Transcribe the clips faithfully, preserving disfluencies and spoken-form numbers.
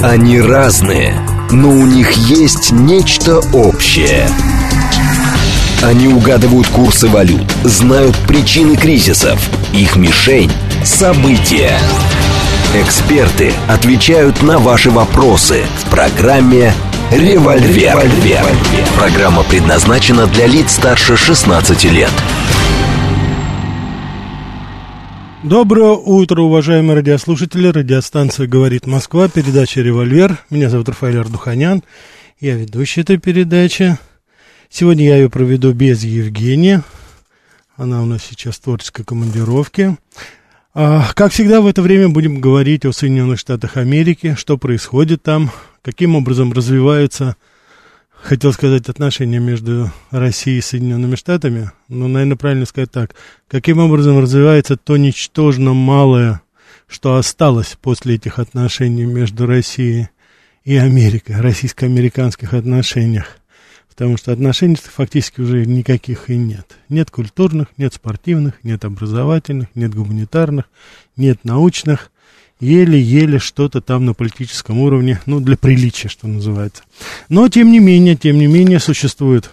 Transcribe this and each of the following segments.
Они разные, но у них есть нечто общее. Они угадывают курсы валют, знают причины кризисов. Их мишень – события. Эксперты отвечают на ваши вопросы в программе «Револьвер». Программа предназначена для лиц старше шестнадцати лет. Доброе утро, уважаемые радиослушатели. Радиостанция «Говорит Москва», передача «Револьвер». Меня зовут Рафаэль Ардуханян. Я ведущий этой передачи. Сегодня я ее проведу без Евгения. Она у нас сейчас в творческой командировке. А, как всегда, в это время будем говорить о Соединенных Штатах Америки, что происходит там, каким образом развиваются, хотел сказать, отношения между Россией и Соединенными Штатами, но, наверное, правильно сказать так, каким образом развивается то ничтожно малое, что осталось после этих отношений между Россией и Америкой, российско-американских отношениях. Потому что отношений фактически уже никаких и нет. Нет культурных, нет спортивных, нет образовательных, нет гуманитарных, нет научных. Еле-еле что-то там на политическом уровне, ну, для приличия, что называется. Но, тем не менее, тем не менее, существует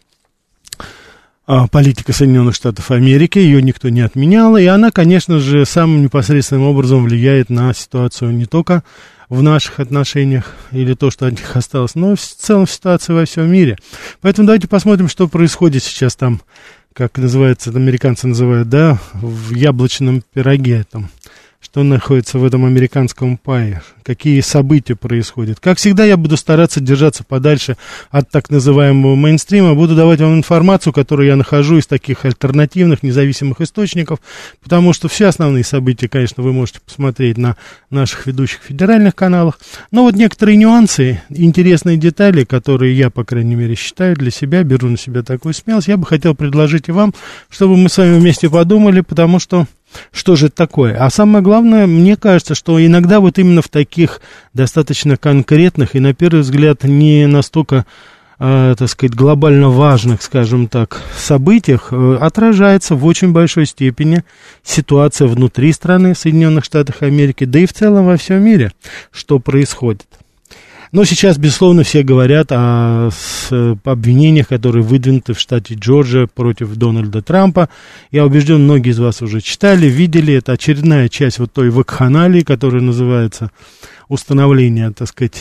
а, политика Соединенных Штатов Америки, ее никто не отменял, и она, конечно же, самым непосредственным образом влияет на ситуацию не только в наших отношениях, или то, что от них осталось, но в целом ситуацию во всем мире. Поэтому давайте посмотрим, что происходит сейчас там, как называется, американцы называют, да, в яблочном пироге там. Что находится в этом американском пае, какие события происходят. Как всегда, я буду стараться держаться подальше от так называемого мейнстрима, буду давать вам информацию, которую я нахожу из таких альтернативных, независимых источников, потому что все основные события, конечно, вы можете посмотреть на наших ведущих федеральных каналах, но вот некоторые нюансы, интересные детали, которые я, по крайней мере, считаю для себя, беру на себя такую смелость, я бы хотел предложить и вам, чтобы мы с вами вместе подумали, потому что что же это такое? А самое главное, мне кажется, что иногда вот именно в таких достаточно конкретных и, на первый взгляд, не настолько, э, так сказать, глобально важных, скажем так, событиях э, отражается в очень большой степени ситуация внутри страны Соединенных Штатов Америки, да и в целом во всем мире, что происходит. Но сейчас, безусловно, все говорят о с, обвинениях, которые выдвинуты в штате Джорджия против Дональда Трампа. Я убежден, многие из вас уже читали, видели. Это очередная часть вот той вакханалии, которая называется установление, так сказать,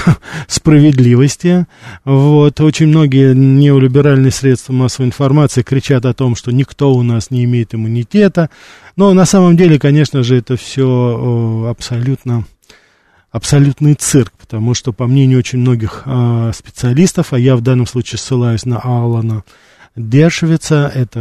справедливости. Вот. Очень многие неолиберальные средства массовой информации кричат о том, что никто у нас не имеет иммунитета. Но на самом деле, конечно же, это все абсолютно... абсолютный цирк, потому что, по мнению очень многих э, специалистов, а я в данном случае ссылаюсь на Алана Дершевица, это,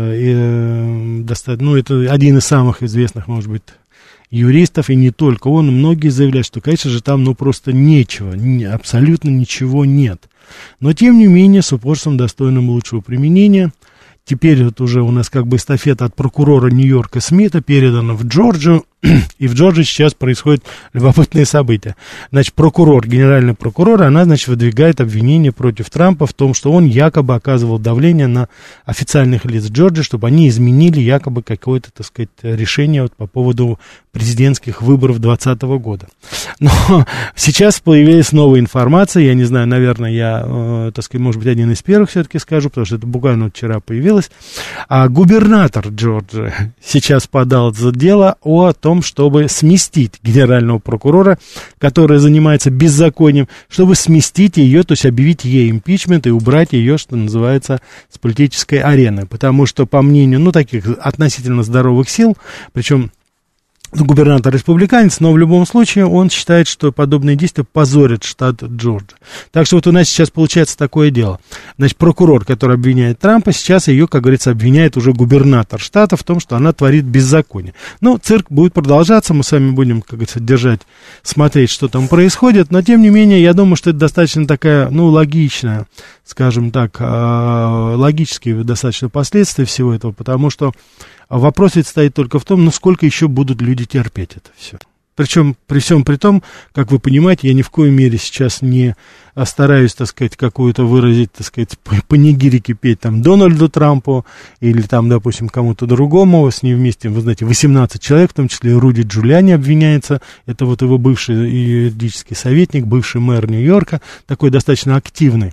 э, доста- ну, это один из самых известных, может быть, юристов, и не только он, многие заявляют, что, конечно же, там, ну, просто нечего, не, абсолютно ничего нет. Но, тем не менее, с упорством, достойным лучшего применения, теперь вот уже у нас как бы эстафета от прокурора Нью-Йорка Смита передана в Джорджию, и в Джорджии сейчас происходят любопытные события. Значит, прокурор, генеральный прокурор, она, значит, выдвигает обвинение против Трампа в том, что он якобы оказывал давление на официальных лиц Джорджии, чтобы они изменили якобы какое-то, так сказать, решение вот по поводу президентских выборов двадцатого года. Но сейчас появилась новая информация, я не знаю, наверное, я, э, так сказать, может быть, один из первых все-таки скажу, потому что это буквально вот вчера появилось. А губернатор Джорджии сейчас подал за дело о том, чтобы сместить генерального прокурора, который занимается беззаконием, чтобы сместить ее, то есть объявить ей импичмент и убрать ее, что называется, с политической арены. Потому что, по мнению, ну, таких относительно здоровых сил, причем губернатор республиканец, но в любом случае он считает, что подобные действия позорят штат Джорджия. Так что вот у нас сейчас получается такое дело. Значит, прокурор, который обвиняет Трампа, сейчас ее, как говорится, обвиняет уже губернатор штата в том, что она творит беззаконие. Ну, цирк будет продолжаться, мы с вами будем, как говорится, держать, смотреть, что там происходит, но, тем не менее, я думаю, что это достаточно такая, ну, логичная, скажем так, логические достаточно последствия всего этого, потому что вопрос ведь стоит только в том, ну, сколько еще будут люди терпеть это все. Причем, при всем при том, как вы понимаете, я ни в коей мере сейчас не стараюсь, так сказать, какую-то выразить, так сказать, панигирики петь там Дональду Трампу или там, допустим, кому-то другому. С ним вместе, вы знаете, восемнадцать человек, в том числе и Руди Джулиани обвиняется. Это вот его бывший юридический советник, бывший мэр Нью-Йорка, такой достаточно активный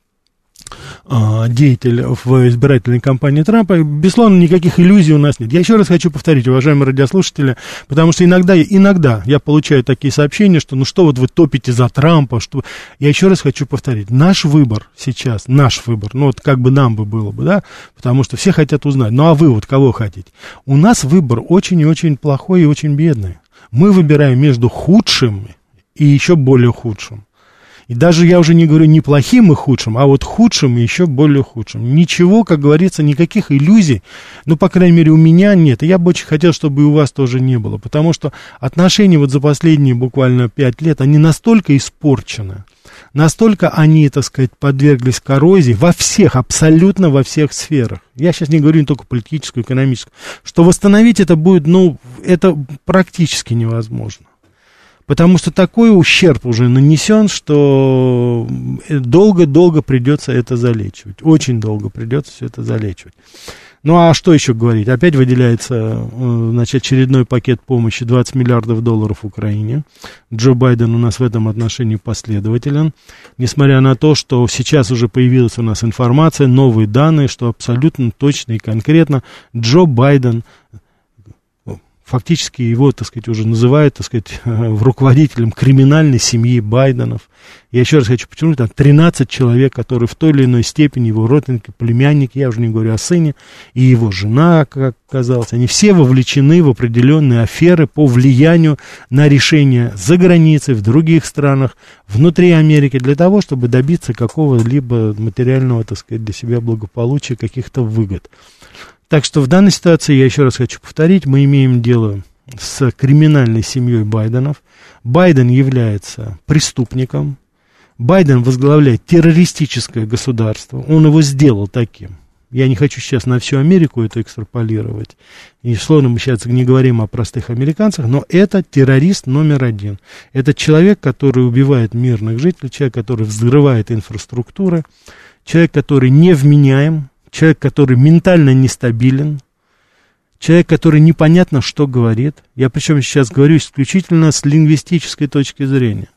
деятель в избирательной кампании Трампа. Безусловно, никаких иллюзий у нас нет. Я еще раз хочу повторить, уважаемые радиослушатели, потому что иногда, иногда я получаю такие сообщения, что ну что вот вы топите за Трампа, что... Я еще раз хочу повторить, наш выбор сейчас, наш выбор, ну вот как бы нам бы было бы, да, потому что все хотят узнать, ну а вы вот кого хотите? У нас выбор очень и очень плохой и очень бедный. Мы выбираем между худшим и еще более худшим. И даже я уже не говорю не плохим и худшим, а вот худшим и еще более худшим. Ничего, как говорится, никаких иллюзий, ну, по крайней мере, у меня нет. И я бы очень хотел, чтобы и у вас тоже не было. Потому что отношения вот за последние буквально пять лет, они настолько испорчены, настолько они, так сказать, подверглись коррозии во всех, абсолютно во всех сферах. Я сейчас не говорю не только политическую, экономическую, что восстановить это будет, ну, это практически невозможно. Потому что такой ущерб уже нанесен, что долго-долго придется это залечивать. Очень долго придется все это залечивать. Ну, а что еще говорить? Опять выделяется, значит, очередной пакет помощи двадцать миллиардов долларов Украине. Джо Байден у нас в этом отношении последователен. Несмотря на то, что сейчас уже появилась у нас информация, новые данные, что абсолютно точно и конкретно Джо Байден... Фактически его, так сказать, уже называют, так сказать, руководителем криминальной семьи Байденов. Я еще раз хочу подчеркнуть, там тринадцать человек, которые в той или иной степени его родственники, племянники, я уже не говорю о сыне, и его жена, как оказалось, они все вовлечены в определенные аферы по влиянию на решения за границей, в других странах, внутри Америки, для того, чтобы добиться какого-либо материального, так сказать, для себя благополучия, каких-то выгод. Так что в данной ситуации, я еще раз хочу повторить, мы имеем дело с криминальной семьей Байденов. Байден является преступником. Байден возглавляет террористическое государство. Он его сделал таким. Я не хочу сейчас на всю Америку это экстраполировать. И, словно мы сейчас не говорим о простых американцах, но это террорист номер один. Это человек, который убивает мирных жителей, человек, который взрывает инфраструктуры, человек, который невменяем, человек, который ментально нестабилен, человек, который непонятно что говорит. Я причем сейчас говорю исключительно с лингвистической точки зрения.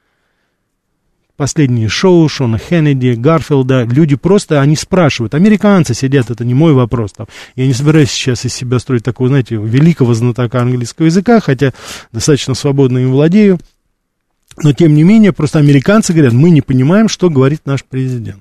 Последние шоу Шона Хеннеди, Гарфилда, люди просто, они спрашивают, американцы сидят, это не мой вопрос. Там. Я не собираюсь сейчас из себя строить такого, знаете, великого знатока английского языка, хотя достаточно свободно им владею. Но, тем не менее, просто американцы говорят, мы не понимаем, что говорит наш президент.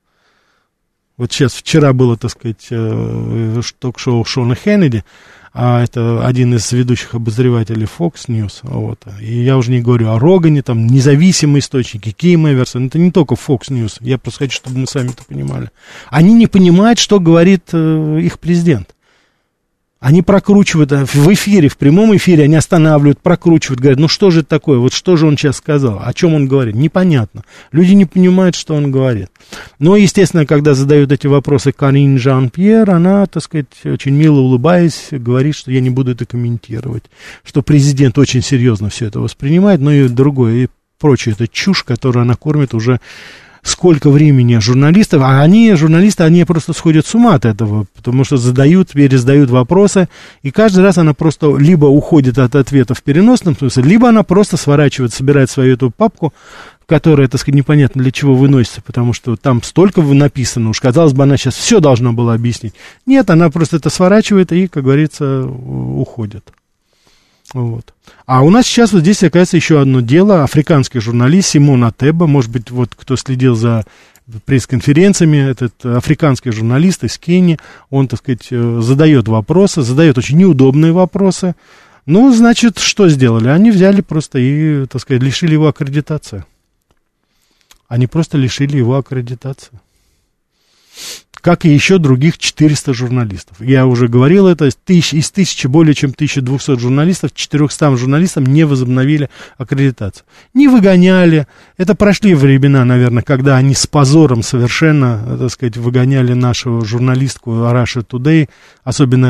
Вот сейчас, вчера было, так сказать, ток-шоу Шона Хеннеди, а это один из ведущих обозревателей Fox News, вот, и я уже не говорю о Рогане, там, независимые источники, Ким Эверсон, это не только Fox News, я просто хочу, чтобы мы сами это понимали. Они не понимают, что говорит э, их президент. Они прокручивают в эфире, в прямом эфире, они останавливают, прокручивают, говорят, ну что же это такое, вот что же он сейчас сказал, о чем он говорит, непонятно. Люди не понимают, что он говорит. Но, естественно, когда задают эти вопросы Карин Жан-Пьер, она, так сказать, очень мило улыбаясь, говорит, что я не буду это комментировать, что президент очень серьезно все это воспринимает, но и другое, и прочее, это чушь, которую она кормит уже сколько времени журналистов, а они, журналисты, они просто сходят с ума от этого, потому что задают, перезадают вопросы, и каждый раз она просто либо уходит от ответа в переносном смысле, либо она просто сворачивает, собирает свою эту папку, которая, так сказать, непонятно для чего выносится, потому что там столько написано, уж казалось бы, она сейчас все должна была объяснить. Нет, она просто это сворачивает и, как говорится, уходит. Вот. А у нас сейчас вот здесь, оказывается, еще одно дело. Африканский журналист Симон Атеба, может быть, вот кто следил за пресс-конференциями, этот африканский журналист из Кении, он, так сказать, задает вопросы, задает очень неудобные вопросы. Ну, значит, что сделали? Они взяли просто и, так сказать, лишили его аккредитации. Они просто лишили его аккредитации. Как и еще других четыреста журналистов. Я уже говорил это, из тысячи, из тысячи более чем тысяча двести журналистов, четыреста журналистам не возобновили аккредитацию. Не выгоняли. Это прошли времена, наверное, когда они с позором совершенно, так сказать, выгоняли нашу журналистку Russia Today, особенно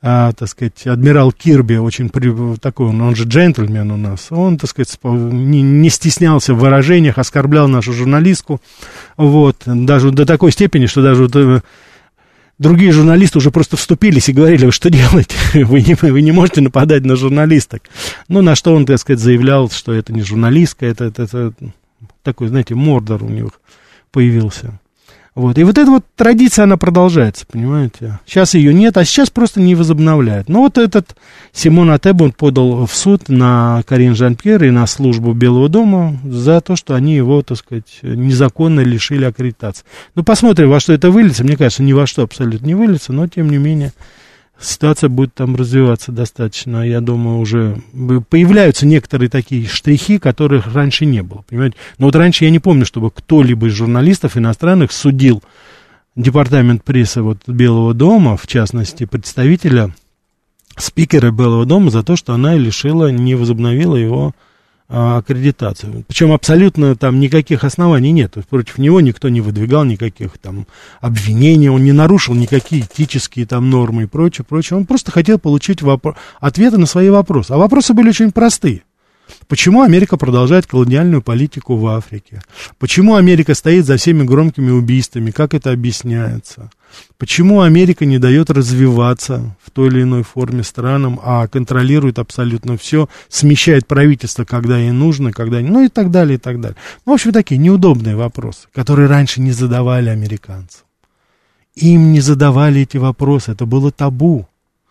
а, так сказать, адмирал Кирби, очень при, такой, он, он же джентльмен у нас, он, так сказать, не, не стеснялся в выражениях, оскорблял нашу журналистку, вот, даже до такой степени, что даже вот, другие журналисты уже просто вступились и говорили: вы что делаете, вы не, вы не можете нападать на журналисток. Ну, на что он, так сказать, заявлял, что это не журналистка, это, это, это такой, знаете, мордор у них появился. Вот. И вот эта вот традиция, она продолжается, понимаете. Сейчас ее нет, а сейчас просто не возобновляют. Но вот этот Симон Атеб, он подал в суд на Карин Жан-Пьер и на службу Белого дома за то, что они его, так сказать, незаконно лишили аккредитации. Ну, посмотрим, во что это выльется. Мне кажется, ни во что абсолютно не выльется, но, тем не менее, ситуация будет там развиваться достаточно, я думаю, уже появляются некоторые такие штрихи, которых раньше не было, понимаете. Но вот раньше я не помню, чтобы кто-либо из журналистов иностранных судил департамент прессы вот Белого дома, в частности, представителя, спикера Белого дома, за то, что она лишила, не возобновила его а, аккредитацию. Причем абсолютно там никаких оснований нет. То есть против него никто не выдвигал никаких там обвинений, он не нарушил никакие этические там нормы и прочее, прочее. Он просто хотел получить вопро- ответы на свои вопросы. А вопросы были очень простые. Почему Америка продолжает колониальную политику в Африке? Почему Америка стоит за всеми громкими убийствами? Как это объясняется? Почему Америка не дает развиваться в той или иной форме странам, а контролирует абсолютно все, смещает правительство, когда ей нужно, когда... Ну и так далее, и так далее. Ну, в общем, такие неудобные вопросы, которые раньше не задавали американцам. Им не задавали эти вопросы, это было табу.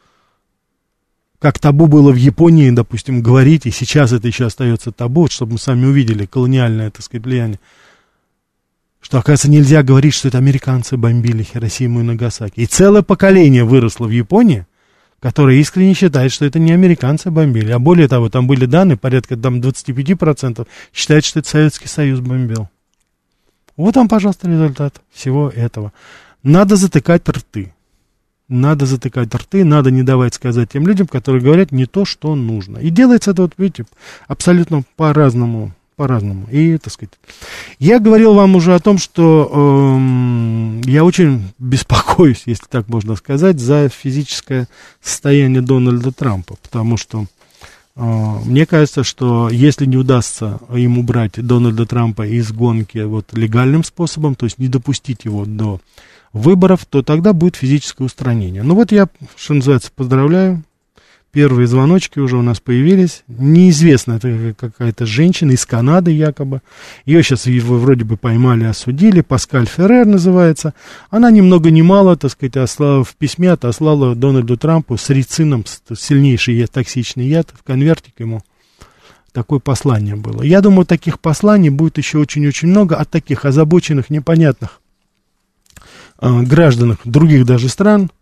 Как табу было в Японии, допустим, говорить, и сейчас это еще остается табу, чтобы мы сами увидели колониальное, так сказать, влияние. Что, оказывается, нельзя говорить, что это американцы бомбили Хиросиму и Нагасаки. И целое поколение выросло в Японии, которое искренне считает, что это не американцы бомбили. А более того, там были данные, порядка там двадцать пять процентов считают, что это Советский Союз бомбил. Вот вам, пожалуйста, результат всего этого. Надо затыкать рты. Надо затыкать рты, надо не давать сказать тем людям, которые говорят не то, что нужно. И делается это, вот видите, абсолютно по-разному. По-разному. И, так сказать, я говорил вам уже о том, что эм, я очень беспокоюсь, если так можно сказать, за физическое состояние Дональда Трампа, потому что э, мне кажется, что если не удастся им убрать Дональда Трампа из гонки вот, легальным способом, то есть не допустить его до выборов, то тогда будет физическое устранение. Ну вот я, что называется, поздравляю. Первые звоночки уже у нас появились. Неизвестно, это какая-то женщина из Канады якобы. Ее сейчас вроде бы поймали, осудили. Паскаль Феррер называется. Она ни много ни мало, так сказать, ослала, в письме отослала Дональду Трампу с рицином, сильнейший токсичный яд, в конвертик ему. Такое послание было. Я думаю, таких посланий будет еще очень-очень много от таких озабоченных, непонятных э, граждан других даже стран,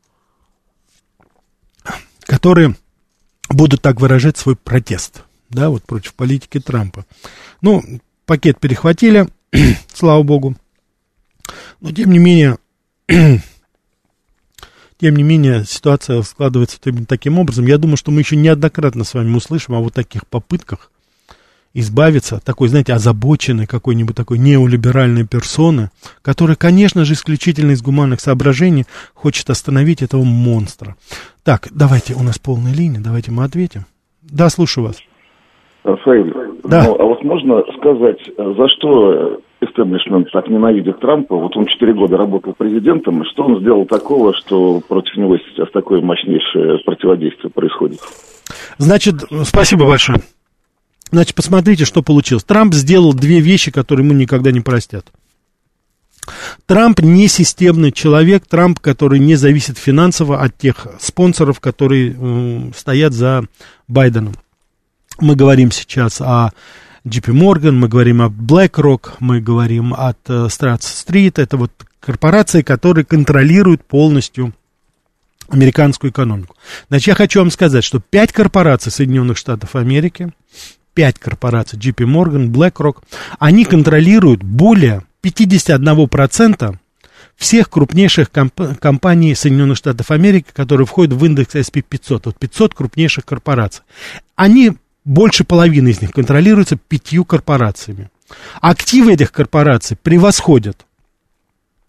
которые будут так выражать свой протест, да, вот против политики Трампа. Ну, пакет перехватили, слава богу, но тем не менее, тем не менее, ситуация складывается таким образом. Я думаю, что мы еще неоднократно с вами услышим о вот таких попытках избавиться от такой, знаете, озабоченной какой-нибудь такой неолиберальной персоны, которая, конечно же, исключительно из гуманных соображений хочет остановить этого монстра. Так, давайте, у нас полная линия, давайте мы ответим. Да, слушаю вас. Рафаэль, да. Ну, а вот можно сказать, за что истеблишмент так ненавидит Трампа? Вот он четыре года работал президентом, и что он сделал такого, что против него сейчас такое мощнейшее противодействие происходит? Значит, спасибо большое. Значит, посмотрите, что получилось. Трамп сделал две вещи, которые ему никогда не простят. Трамп не системный человек, Трамп, который не зависит финансово от тех спонсоров, которые э, стоят за Байденом. Мы говорим сейчас о джей пи Morgan, мы говорим о BlackRock, мы говорим от э, Stratton-Street. Это вот корпорации, которые контролируют полностью американскую экономику. Значит, я хочу вам сказать, что пять корпораций Соединенных Штатов Америки, пять корпораций, джей пи Morgan, BlackRock, они контролируют более пятьдесят один процент всех крупнейших комп- компаний Соединенных Штатов Америки, которые входят в индекс эс пи пятьсот, вот пятьсот крупнейших корпораций. Они, больше половины из них контролируются пятью корпорациями. Активы этих корпораций превосходят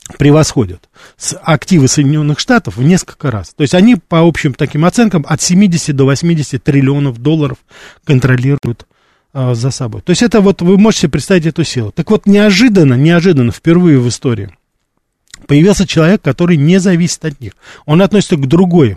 превосходят активы Соединенных Штатов в несколько раз. То есть они, по общим таким оценкам, от семидесяти до восьмидесяти триллионов долларов контролируют а, за собой. То есть это вот, вы можете себе представить эту силу. Так вот, неожиданно, неожиданно, впервые в истории появился человек, который не зависит от них. Он относится к другой,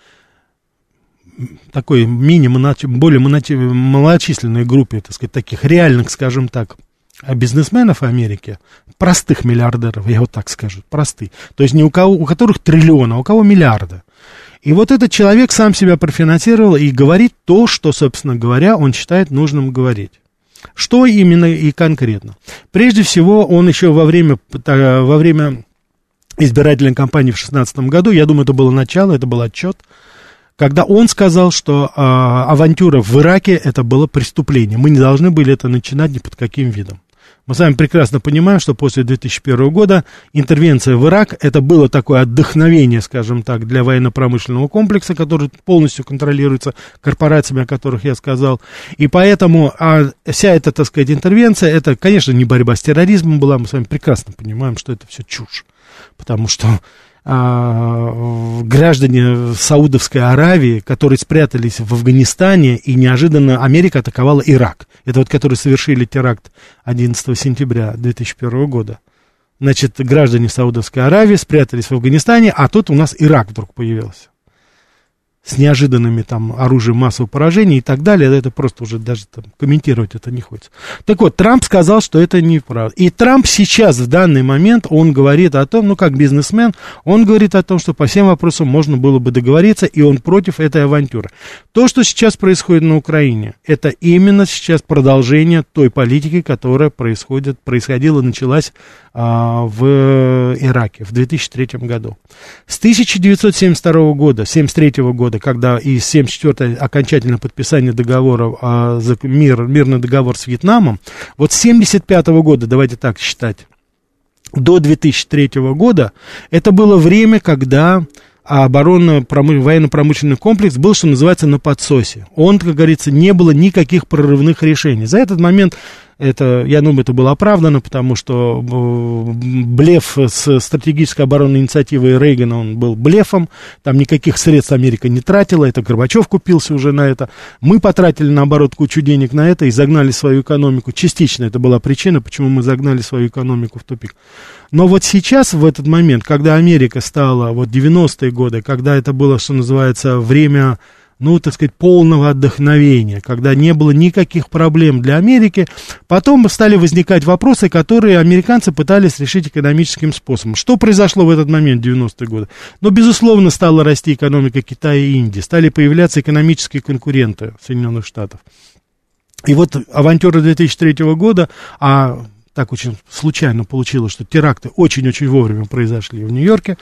такой мини, более малочисленной группе, так сказать, таких реальных, скажем так, бизнесменов Америки, простых миллиардеров, я вот так скажу, простые, то есть не у кого, у которых триллиона, а у кого миллиарда. И вот этот человек сам себя профинансировал и говорит то, что, собственно говоря, он считает нужным говорить. Что именно и конкретно? Прежде всего, он еще во время, во время избирательной кампании в две тысячи шестнадцатом году, я думаю, это было начало, это был отчет, когда он сказал, что э, авантюра в Ираке это было преступление. Мы не должны были это начинать ни под каким видом. Мы с вами прекрасно понимаем, что после две тысячи первого года интервенция в Ирак это было такое отдохновение, скажем так, для военно-промышленного комплекса, который полностью контролируется корпорациями, о которых я сказал. И поэтому а вся эта, так сказать, интервенция, это, конечно, не борьба с терроризмом была. Мы с вами прекрасно понимаем, что это все чушь. Потому что а, граждане Саудовской Аравии, которые спрятались в Афганистане, и неожиданно Америка атаковала Ирак. Это вот, которые совершили теракт одиннадцатого сентября две тысячи первого года. Значит, граждане Саудовской Аравии спрятались в Афганистане, а тут у нас Ирак вдруг появился. С неожиданными там оружием массового поражения и так далее. Это просто уже даже там комментировать это не хочется. Так вот, Трамп сказал, что это неправда. И Трамп сейчас, в данный момент, он говорит о том, ну, как бизнесмен, он говорит о том, что по всем вопросам можно было бы договориться, и он против этой авантюры. То, что сейчас происходит на Украине, это именно сейчас продолжение той политики, которая происходит, происходила, началась а, в Ираке в две тысячи третьем году. С тысяча девятьсот семьдесят второго года, семьдесят третьего года, когда и семьдесят четвёртое окончательное подписание договора, а, за мир, мирный договор с Вьетнамом, вот с семьдесят пятого года, давайте так считать, до две тысячи третьего года, это было время, когда оборонно-военно-промышленный комплекс был, что называется, на подсосе. Он, как говорится, не было никаких прорывных решений. За этот момент, это, я думаю, это было оправдано, потому что блеф с стратегической оборонной инициативой Рейгана, он был блефом, там никаких средств Америка не тратила, это Горбачев купился уже на это. Мы потратили, наоборот, кучу денег на это и загнали свою экономику. Частично это была причина, почему мы загнали свою экономику в тупик. Но вот сейчас, в этот момент, когда Америка стала, вот девяностые годы, когда это было, что называется, время, ну, так сказать, полного отдохновения, когда не было никаких проблем для Америки, потом стали возникать вопросы, которые американцы пытались решить экономическим способом. Что произошло в этот момент, в девяностые годы? Ну, безусловно, стала расти экономика Китая и Индии, стали появляться экономические конкуренты Соединенных Штатов. И вот авантюра две тысячи третьего года, а так очень случайно получилось, что теракты очень-очень вовремя произошли в Нью-Йорке,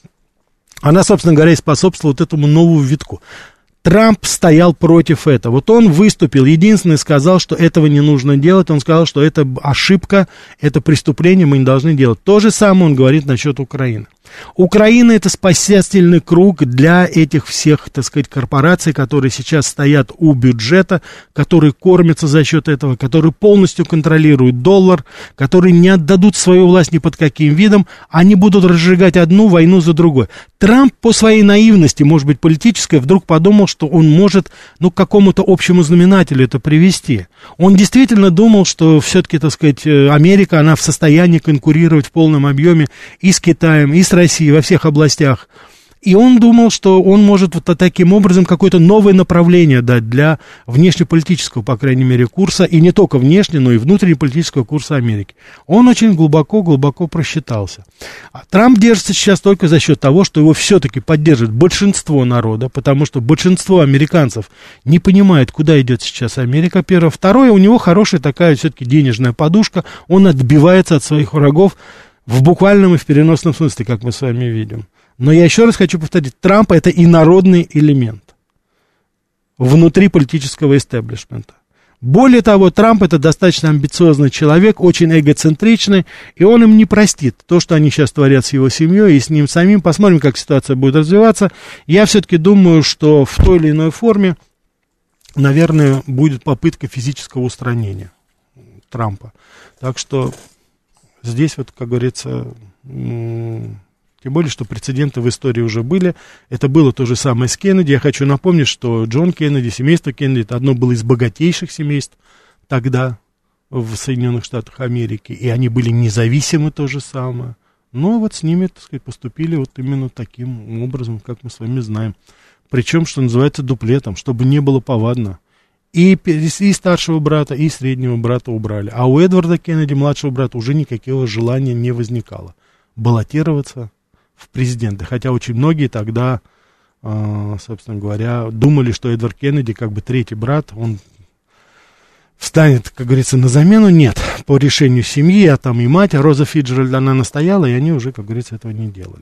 она, собственно говоря, и способствовала вот этому новому витку. Трамп стоял против этого. Вот он выступил, единственный сказал, что этого не нужно делать. Он сказал, что это ошибка, это преступление, мы не должны делать. То же самое он говорит насчет Украины. Украина — это спасательный круг для этих всех, так сказать, корпораций, которые сейчас стоят у бюджета, которые кормятся за счет этого, которые полностью контролируют доллар, которые не отдадут свою власть ни под каким видом, они будут разжигать одну войну за другой. Трамп по своей наивности, может быть, политической, вдруг подумал, что он может, ну, к какому-то общему знаменателю это привести. Он действительно думал, что все-таки, так сказать, Америка, она в состоянии конкурировать в полном объеме и с Китаем, и с Россией во всех областях. И он думал, что он может вот таким образом какое-то новое направление дать для внешнеполитического, по крайней мере, курса, и не только внешне, но и внутреннеполитического курса Америки. Он очень глубоко-глубоко просчитался. А Трамп держится сейчас только за счет того, что его все-таки поддерживает большинство народа, потому что большинство американцев не понимает, куда идет сейчас Америка, первое. Второе, у него хорошая такая все-таки денежная подушка, он отбивается от своих врагов в буквальном и в переносном смысле, как мы с вами видим. Но я еще раз хочу повторить, Трамп — это инородный элемент внутри политического истеблишмента. Более того, Трамп — это достаточно амбициозный человек, очень эгоцентричный, и он им не простит то, что они сейчас творят с его семьей и с ним самим. Посмотрим, как ситуация будет развиваться. Я все-таки думаю, что в той или иной форме, наверное, будет попытка физического устранения Трампа. Так что здесь вот, как говорится, м- тем более, что прецеденты в истории уже были. Это было то же самое с Кеннеди. Я хочу напомнить, что Джон Кеннеди, семейство Кеннеди, это одно было из богатейших семейств тогда в Соединенных Штатах Америки. И они были независимы то же самое. Но вот с ними, так сказать, поступили вот именно таким образом, как мы с вами знаем. Причем, что называется, дуплетом, чтобы не было повадно. И, и старшего брата, и среднего брата убрали. А у Эдварда Кеннеди, младшего брата, уже никакого желания не возникало баллотироваться в президенты. Хотя очень многие тогда, э, собственно говоря, думали, что Эдвард Кеннеди, как бы третий брат, он встанет, как говорится, на замену. Нет, по решению семьи, а там и мать, Роза Фиджеральд, она настояла, и они уже, как говорится, этого не делали.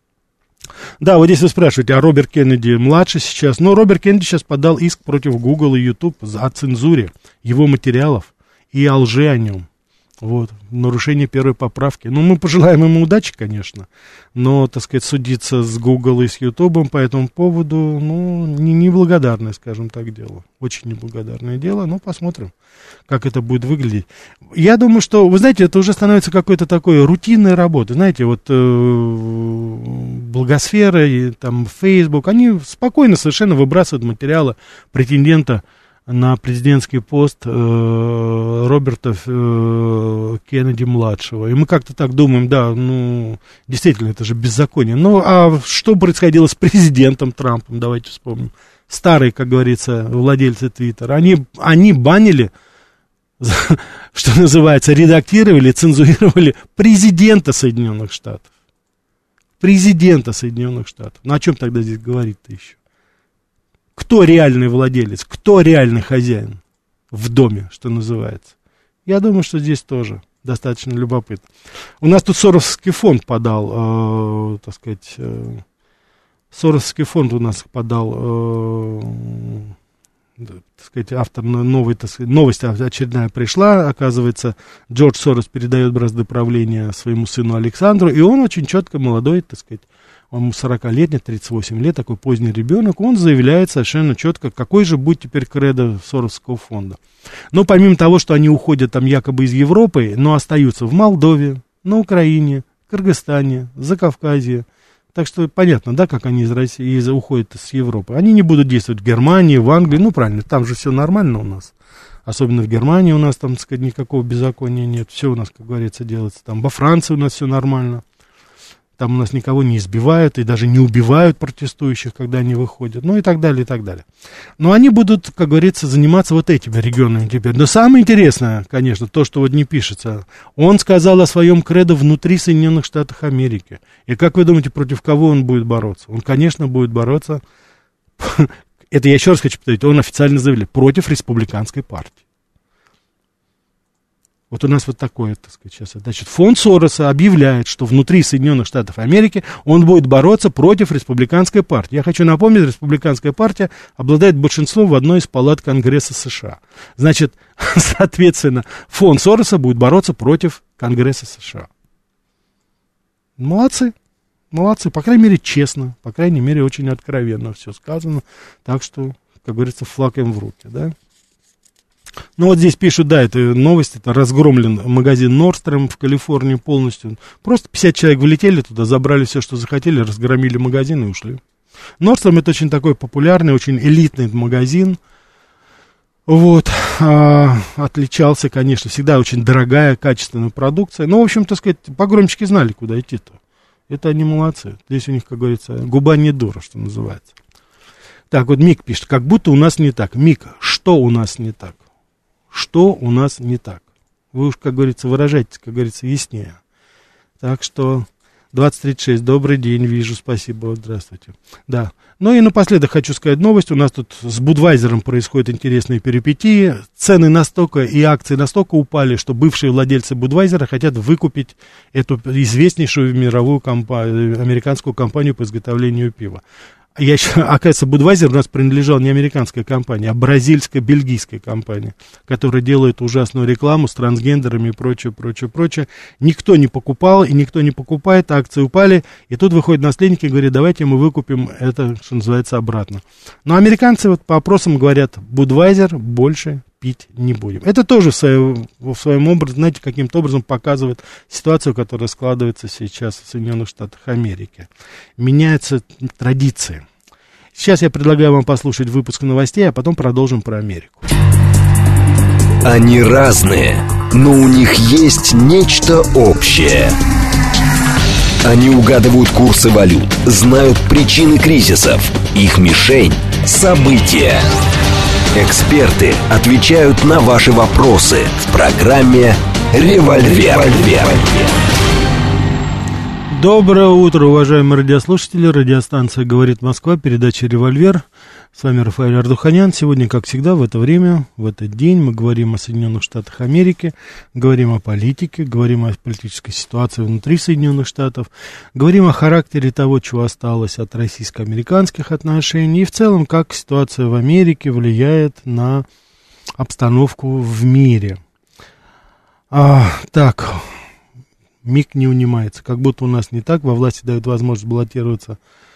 Да, вот здесь вы спрашиваете, а Роберт Кеннеди младший сейчас? Ну, Роберт Кеннеди сейчас подал иск против Google и YouTube о цензуре его материалов и о лжи о нем. Вот, нарушение первой поправки. Ну, мы пожелаем ему удачи, конечно, но, так сказать, судиться с Google и с YouTube по этому поводу, ну, не, неблагодарное, скажем так, дело. Очень неблагодарное дело, но посмотрим, как это будет выглядеть. Я думаю, что, вы знаете, это уже становится какой-то такой рутинной работой. Знаете, вот э, Благосфера и там Facebook, они спокойно совершенно выбрасывают материалы претендента на президентский пост э, Роберта э, Кеннеди-младшего. И мы как-то так думаем, да, ну, действительно, это же беззаконие. Ну, а что происходило с президентом Трампом, давайте вспомним. Старые, как говорится, владельцы Твиттера, они, они банили, что называется, редактировали, цензурировали президента Соединенных Штатов. Президента Соединенных Штатов. Ну, о чем тогда здесь говорить-то еще? Кто реальный владелец, кто реальный хозяин в доме, что называется. Я думаю, что здесь тоже достаточно любопытно. У нас тут Соросовский фонд подал, э, так сказать, э, Соросовский фонд у нас подал, э, так сказать, автор новой, так сказать, новость очередная пришла, оказывается, Джордж Сорос передает бразды правления своему сыну Александру, и он очень четко, молодой, так сказать, он сорокалетний, тридцать восемь лет, такой поздний ребенок, он заявляет совершенно четко, какой же будет теперь кредо Соросского фонда. Но помимо того, что они уходят там якобы из Европы, но остаются в Молдове, на Украине, Кыргызстане, Закавказье. Так что понятно, да, как они из России из, уходят с Европы. Они не будут действовать в Германии, в Англии, ну правильно, там же все нормально у нас. Особенно в Германии у нас там, так сказать, никакого беззакония нет, все у нас, как говорится, делается. Там во Франции у нас все нормально. Там у нас никого не избивают и даже не убивают протестующих, когда они выходят, ну и так далее, и так далее. Но они будут, как говорится, заниматься вот этими регионами теперь. Но самое интересное, конечно, то, что вот не пишется. Он сказал о своем кредо внутри Соединенных Штатов Америки. И как вы думаете, против кого он будет бороться? Он, конечно, будет бороться, это я еще раз хочу повторить, он официально заявил, против республиканской партии. Вот у нас вот такое, так сказать, сейчас. Значит, фонд Сороса объявляет, что внутри Соединенных Штатов Америки он будет бороться против республиканской партии. Я хочу напомнить, республиканская партия обладает большинством в одной из палат Конгресса США. Значит, соответственно, фонд Сороса будет бороться против Конгресса США. Молодцы. Молодцы. По крайней мере, честно. По крайней мере, очень откровенно все сказано. Так что, как говорится, флаг им в руки, да? Ну, вот здесь пишут, да, это новость, это разгромлен магазин Нордстром в Калифорнии полностью. Просто пятьдесят человек влетели туда, забрали все, что захотели, разгромили магазин и ушли. Нордстром это очень такой популярный, очень элитный магазин. Вот, а, отличался, конечно, всегда очень дорогая, качественная продукция. Но, в общем, так сказать, погромщики знали, куда идти-то. Это они молодцы. Здесь у них, как говорится, губа не дура, что называется. Так, вот Мик пишет, как будто у нас не так. Мик, что у нас не так? Что у нас не так? Вы уж, как говорится, выражайтесь, как говорится, яснее. Так что двадцать тридцать шесть, добрый день, вижу, спасибо, здравствуйте. Да, ну и напоследок хочу сказать новость. У нас тут с Будвайзером происходят интересные перипетии. Цены настолько и акции настолько упали, что бывшие владельцы Будвайзера хотят выкупить эту известнейшую мировую компанию, американскую компанию по изготовлению пива. Я еще, оказывается, Будвайзер у нас принадлежал не американской компании, а бразильско-бельгийской компании, которая делает ужасную рекламу с трансгендерами и прочее, прочее, прочее. Никто не покупал и никто не покупает, акции упали, и тут выходят наследники и говорят, давайте мы выкупим это, что называется, обратно. Но американцы вот по опросам говорят, Будвайзер больше пить не будем. Это тоже в своем, в своем образе, знаете, каким-то образом показывает ситуацию, которая складывается сейчас в Соединенных Штатах Америки. Меняются традиции. Сейчас я предлагаю вам послушать выпуск новостей, а потом продолжим про Америку. Они разные, но у них есть нечто общее. Они угадывают курсы валют, знают причины кризисов. Их мишень – события. Эксперты отвечают на ваши вопросы в программе «Револьвер». Доброе утро, уважаемые радиослушатели. Радиостанция «Говорит Москва», передача «Револьвер». С вами Рафаэль Ардуханян. Сегодня, как всегда, в это время, в этот день мы говорим о Соединенных Штатах Америки, говорим о политике, говорим о политической ситуации внутри Соединенных Штатов, говорим о характере того, чего осталось от российско-американских отношений, и в целом, как ситуация в Америке влияет на обстановку в мире. А, так, миг не унимается, как будто у нас не так, во власти дают возможность баллотироваться.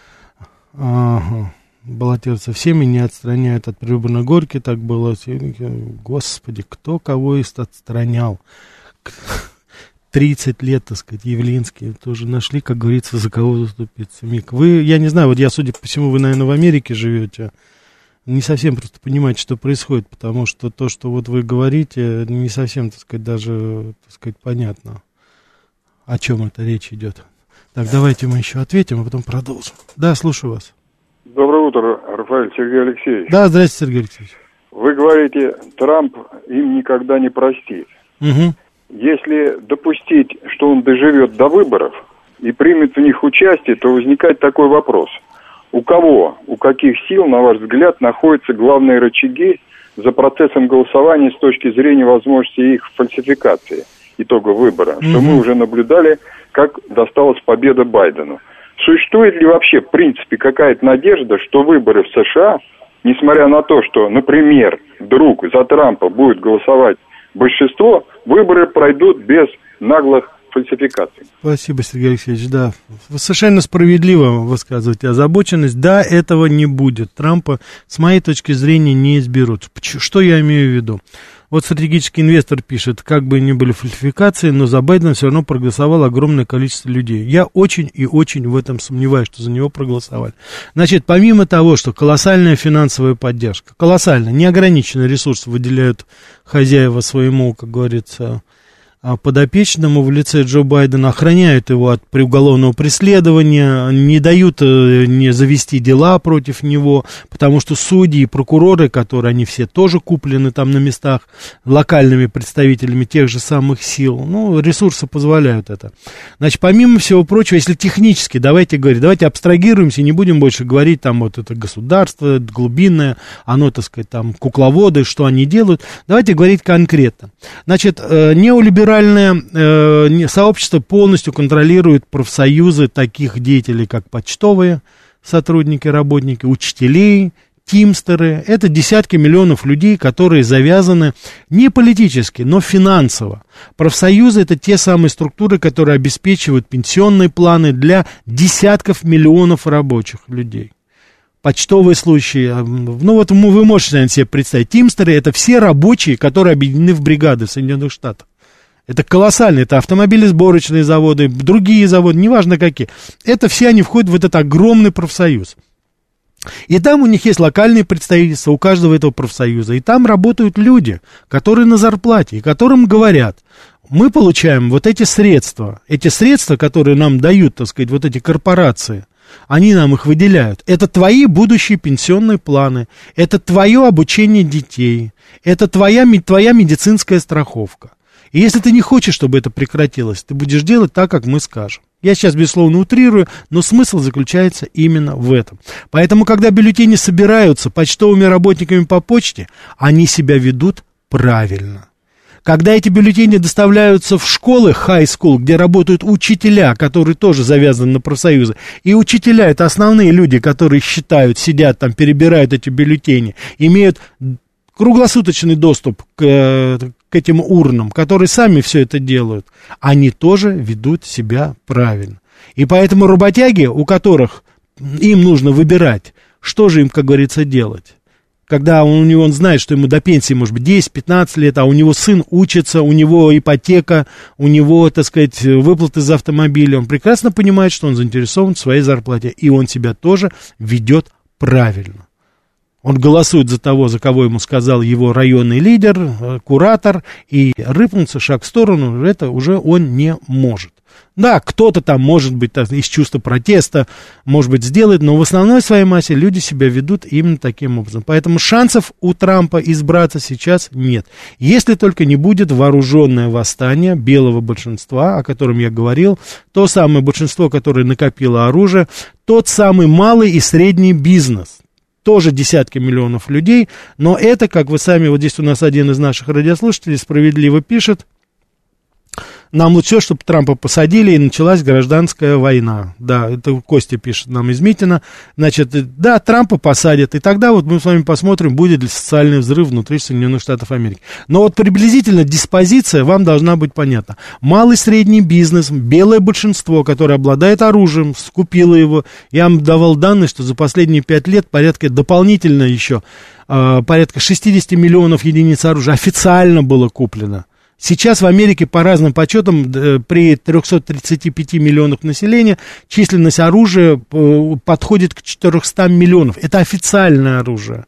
Ага. баллотироваться всеми, не отстраняют от предвыборной горки, так было. Господи, кто кого из отстранял? тридцать лет, так сказать, Явлинские тоже нашли, как говорится, за кого заступиться. Мик, вы, я не знаю, вот я, судя по всему, вы, наверное, в Америке живете, не совсем просто понимаете, что происходит, потому что то, что вот вы говорите, не совсем, так сказать, даже, так сказать, понятно, о чем это речь идет. Так, давайте мы еще ответим, а потом продолжим. Да, слушаю вас. Доброе утро, Рафаэль, Сергей Алексеевич. Да, здравствуйте, Сергей Алексеевич. Вы говорите, Трамп им никогда не простит. Угу. Если допустить, что он доживет до выборов и примет в них участие, то возникает такой вопрос. У кого, у каких сил, на ваш взгляд, находятся главные рычаги за процессом голосования с точки зрения возможности их фальсификации итога выбора, угу. что мы уже наблюдали, как досталась победа Байдену. Существует ли вообще, в принципе, какая-то надежда, что выборы в США, несмотря на то, что, например, вдруг за Трампа будет голосовать большинство, выборы пройдут без наглых фальсификаций? Спасибо, Сергей Алексеевич, да. Вы совершенно справедливо высказываете озабоченность. Да, этого не будет. Трампа, с моей точки зрения, не изберут. Что я имею в виду? Вот стратегический инвестор пишет, как бы ни были фальсификации, но за Байдена все равно проголосовало огромное количество людей. Я очень и очень в этом сомневаюсь, что за него проголосовали. Значит, помимо того, что колоссальная финансовая поддержка, колоссальная, неограниченный ресурс выделяют хозяева своему, как говорится, подопечному в лице Джо Байдена, охраняют его от уголовного преследования, не дают не завести дела против него, потому что судьи и прокуроры, которые они все тоже куплены там на местах локальными представителями тех же самых сил, ну, ресурсы позволяют это. Значит, помимо всего прочего, если технически, давайте говорить, давайте абстрагируемся и не будем больше говорить, там, вот это государство глубинное, оно, так сказать, там, кукловоды, что они делают, давайте говорить конкретно. Значит, неолиберальные Э, сообщество полностью контролирует профсоюзы таких деятелей, как почтовые сотрудники, работники, учителей, тимстеры. Это десятки миллионов людей, которые завязаны не политически, но финансово. Профсоюзы — это те самые структуры, которые обеспечивают пенсионные планы для десятков миллионов рабочих людей. Почтовые случаи, ну вот вы можете, наверное, себе представить, тимстеры — это все рабочие, которые объединены в бригады в Соединенных Штатах. Это колоссально, это автомобилесборочные заводы, другие заводы, неважно какие. Это все они входят в этот огромный профсоюз. И там у них есть локальные представительства, у каждого этого профсоюза. И там работают люди, которые на зарплате, и которым говорят, мы получаем вот эти средства, эти средства, которые нам дают, так сказать, вот эти корпорации, они нам их выделяют. Это твои будущие пенсионные планы, это твое обучение детей, это твоя, твоя медицинская страховка. И если ты не хочешь, чтобы это прекратилось, ты будешь делать так, как мы скажем. Я сейчас, безусловно, утрирую, но смысл заключается именно в этом. Поэтому, когда бюллетени собираются почтовыми работниками по почте, они себя ведут правильно. Когда эти бюллетени доставляются в школы, high school, где работают учителя, которые тоже завязаны на профсоюзы, и учителя — это основные люди, которые считают, сидят там, перебирают эти бюллетени, имеют круглосуточный доступ к, к этим урнам, которые сами все это делают, они тоже ведут себя правильно. И поэтому работяги, у которых им нужно выбирать, что же им, как говорится, делать, когда он, у него, он знает, что ему до пенсии, может быть, десять-пятнадцать лет, а у него сын учится, у него ипотека, у него, так сказать, выплаты за автомобиль, он прекрасно понимает, что он заинтересован в своей зарплате, и он себя тоже ведет правильно. Он голосует за того, за кого ему сказал его районный лидер, куратор, и рыпнуться шаг в сторону, это уже он не может. Да, кто-то там, может быть, так, из чувства протеста, может быть, сделает, но в основной своей массе люди себя ведут именно таким образом. Поэтому шансов у Трампа избраться сейчас нет. Если только не будет вооруженное восстание белого большинства, о котором я говорил, то самое большинство, которое накопило оружие, тот самый малый и средний бизнес. Тоже десятки миллионов людей, но это, как вы сами, вот здесь у нас один из наших радиослушателей справедливо пишет, нам лучше, чтобы Трампа посадили, и началась гражданская война. Да, это Костя пишет нам из Митина. Значит, да, Трампа посадят, и тогда вот мы с вами посмотрим, будет ли социальный взрыв внутри Соединенных Штатов Америки. Но вот приблизительно диспозиция вам должна быть понятна. Малый средний бизнес, белое большинство, которое обладает оружием, скупило его. Я вам давал данные, что за последние пять лет порядка дополнительно еще э, порядка шестьдесят миллионов единиц оружия официально было куплено. Сейчас в Америке, по разным подсчетам, при трехстах тридцати пяти миллионах населения, численность оружия подходит к четырёмстам миллионам. Это официальное оружие.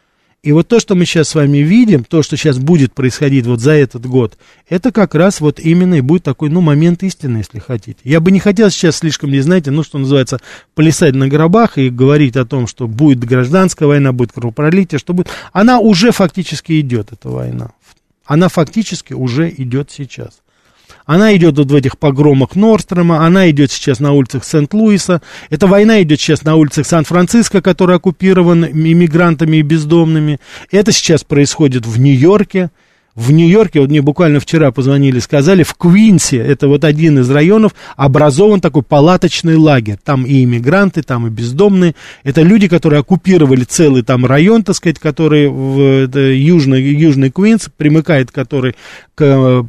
И вот то, что мы сейчас с вами видим, то, что сейчас будет происходить вот за этот год, это как раз вот именно и будет такой, ну, момент истины, если хотите. Я бы не хотел сейчас слишком, не знаете, ну, что называется, плясать на гробах и говорить о том, что будет гражданская война, будет кровопролитие, что будет. Она уже фактически идет, эта война. Она фактически уже идет сейчас. Она идет вот в этих погромах Нордстрома, она идет сейчас на улицах Сент-Луиса. Эта война идет сейчас на улицах Сан-Франциско, который оккупирован иммигрантами и бездомными. Это сейчас происходит в Нью-Йорке. В Нью-Йорке, вот мне буквально вчера позвонили, сказали, в Квинсе, это вот один из районов, образован такой палаточный лагерь. Там и иммигранты, там и бездомные. Это люди, которые оккупировали целый там район, так сказать, который в это, южный, южный Квинс, примыкает который к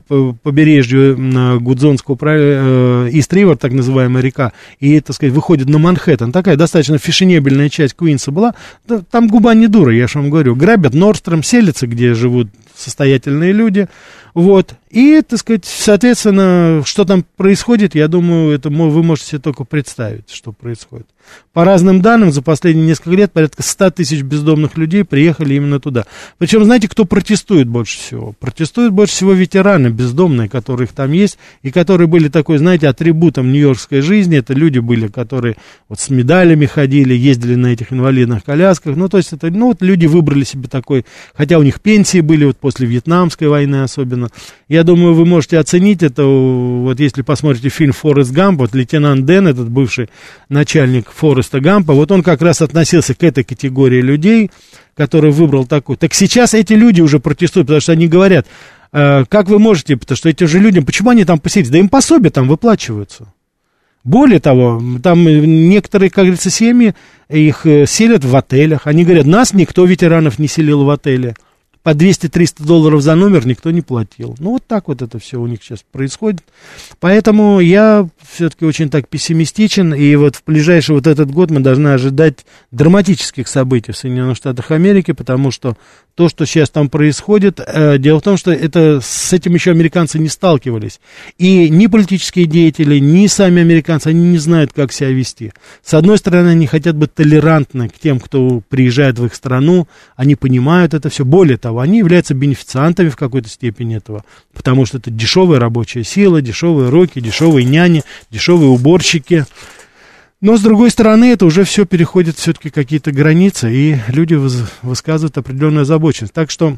побережью Гудзонского пролива, Ист-Ривер, так называемая река, и, так сказать, выходит на Манхэттен. Такая достаточно фешенебельная часть Квинса была. Там губа не дура, я же вам говорю. Грабят Нордстром, селятся, где живут состоятельные люди, вот, и, так сказать, соответственно, что там происходит, я думаю, это вы можете себе только представить, что происходит. По разным данным, за последние несколько лет порядка ста тысяч бездомных людей приехали именно туда. Причем, знаете, кто протестует больше всего? Протестуют больше всего ветераны бездомные, которые там есть, и которые были такой, знаете, атрибутом нью-йоркской жизни. Это люди были, которые вот с медалями ходили, ездили на этих инвалидных колясках. Ну, то есть, это, ну, вот люди выбрали себе такой, хотя у них пенсии были, вот после Вьетнамской войны особенно. Я думаю, вы можете оценить это, вот если посмотрите фильм «Форрест Гамп», вот лейтенант Дэн, этот бывший начальник Форреста Гампа, вот он как раз относился к этой категории людей, который выбрал такую. Так сейчас эти люди уже протестуют, потому что они говорят, э, как вы можете, потому что этим же людям, почему они там поселились? Да им пособия там выплачиваются. Более того, там некоторые, как говорится, семьи, их селят в отелях. Они говорят, нас никто, ветеранов, не селил в отеле. По двести-триста долларов за номер никто не платил. Ну, вот так вот это все у них сейчас происходит. Поэтому я все-таки очень так пессимистичен. И вот в ближайший вот этот год мы должны ожидать драматических событий в Соединенных Штатах Америки, потому что то, что сейчас там происходит, э, дело в том, что это, с этим еще американцы не сталкивались. И ни политические деятели, ни сами американцы, они не знают, как себя вести. С одной стороны, они хотят быть толерантны к тем, кто приезжает в их страну, они понимают это все. Более того, они являются бенефициантами в какой-то степени этого, потому что это дешевая рабочая сила, дешевые руки, дешевые няни, дешевые уборщики. Но, с другой стороны, это уже все переходит все-таки какие-то границы, и люди высказывают определенную озабоченность. Так что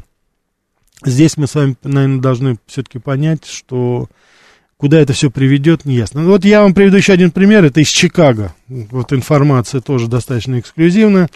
здесь мы с вами, наверное, должны все-таки понять, что куда это все приведет, неясно. Вот я вам приведу еще один пример, это из Чикаго. Вот информация тоже достаточно эксклюзивная.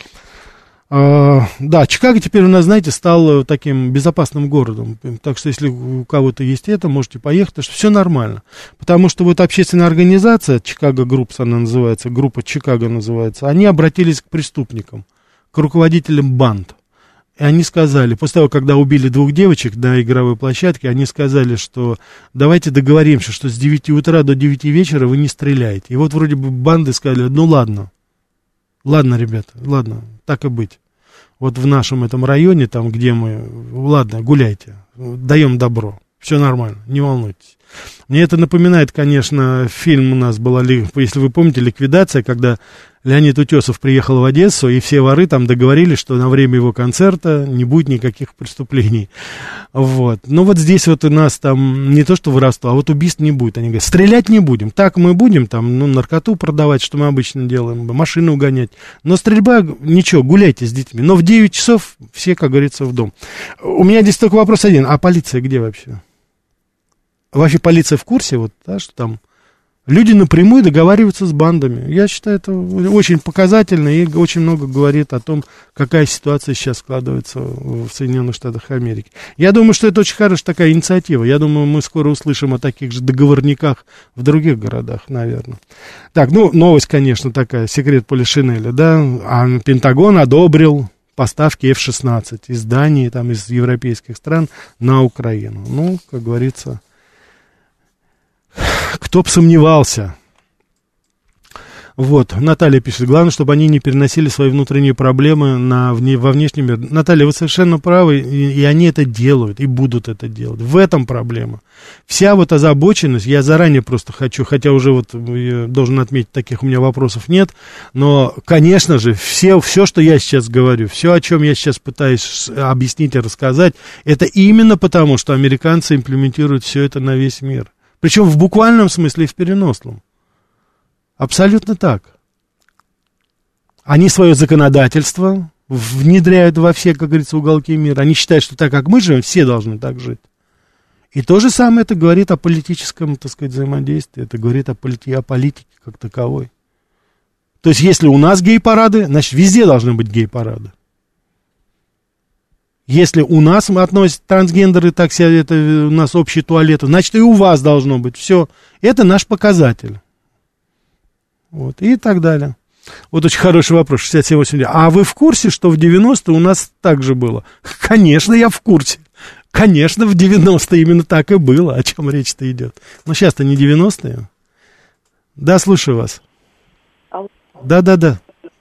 Uh, да, Чикаго теперь у нас, знаете, стал таким безопасным городом, так что если у кого-то есть это, можете поехать, потому что все нормально, потому что вот общественная организация, Чикаго Группс она называется, группа Чикаго называется, они обратились к преступникам, к руководителям банд, и они сказали, после того, когда убили двух девочек на игровой площадке, они сказали, что давайте договоримся, что с девяти утра до девяти вечера вы не стреляете, и вот вроде бы банды сказали, ну ладно, ладно, ребята, ладно, так и быть. вот в нашем этом районе, там, где мы, ладно, гуляйте, даем добро, все нормально, не волнуйтесь. Мне это напоминает, конечно, фильм у нас был, если вы помните, «Ликвидация», когда Леонид Утесов приехал в Одессу, и все воры там договорились, что на время его концерта не будет никаких преступлений. Вот. Ну вот здесь вот у нас там не то что воровство, а вот убийств не будет. Они говорят, стрелять не будем. Так мы будем там, ну, наркоту продавать, что мы обычно делаем, машины угонять. Но стрельба, ничего, гуляйте с детьми. Но в девять часов все, как говорится, в дом. У меня здесь только вопрос один, а полиция где вообще? Вообще полиция в курсе, вот, да, что там люди напрямую договариваются с бандами. Я считаю, это очень показательно и очень много говорит о том, какая ситуация сейчас складывается в Соединенных Штатах Америки. Я думаю, что это очень хорошая такая инициатива. Я думаю, мы скоро услышим о таких же договорниках в других городах, наверное. Так, ну, новость, конечно, такая, секрет Полишинеля, да, а Пентагон одобрил поставки эф шестнадцать из Дании, там, из европейских стран на Украину. Ну, как говорится... Кто б сомневался. Вот, Наталья пишет, главное, чтобы они не переносили свои внутренние проблемы на, вне, во внешний мир. Наталья, вы совершенно правы, и, и они это делают, и будут это делать. В этом проблема. Вся вот озабоченность, я заранее просто хочу, хотя уже вот я должен отметить, таких у меня вопросов нет, но, конечно же, все, все, что я сейчас говорю, все, о чем я сейчас пытаюсь объяснить и рассказать, это именно потому, что американцы имплементируют все это на весь мир. Причем в буквальном смысле и в переносном. Абсолютно так. Они свое законодательство внедряют во все, как говорится, уголки мира. Они считают, что так, как мы живем, все должны так жить. И то же самое это говорит о политическом, так сказать, взаимодействии. Это говорит о, полити- о политике как таковой. То есть, если у нас гей-парады, значит, везде должны быть гей-парады. Если у нас относятся трансгендеры, так себя, это у нас общие туалеты, значит, и у вас должно быть. Все. Это наш показатель. Вот. И так далее. Вот очень хороший вопрос, шестьдесят семь восемьдесят. А вы в курсе, что в девяностые у нас так же было? Конечно, я в курсе. Конечно, в девяностые именно так и было. О чем речь-то идет? Но сейчас-то не девяностые. Да, слушаю вас. Да-да-да.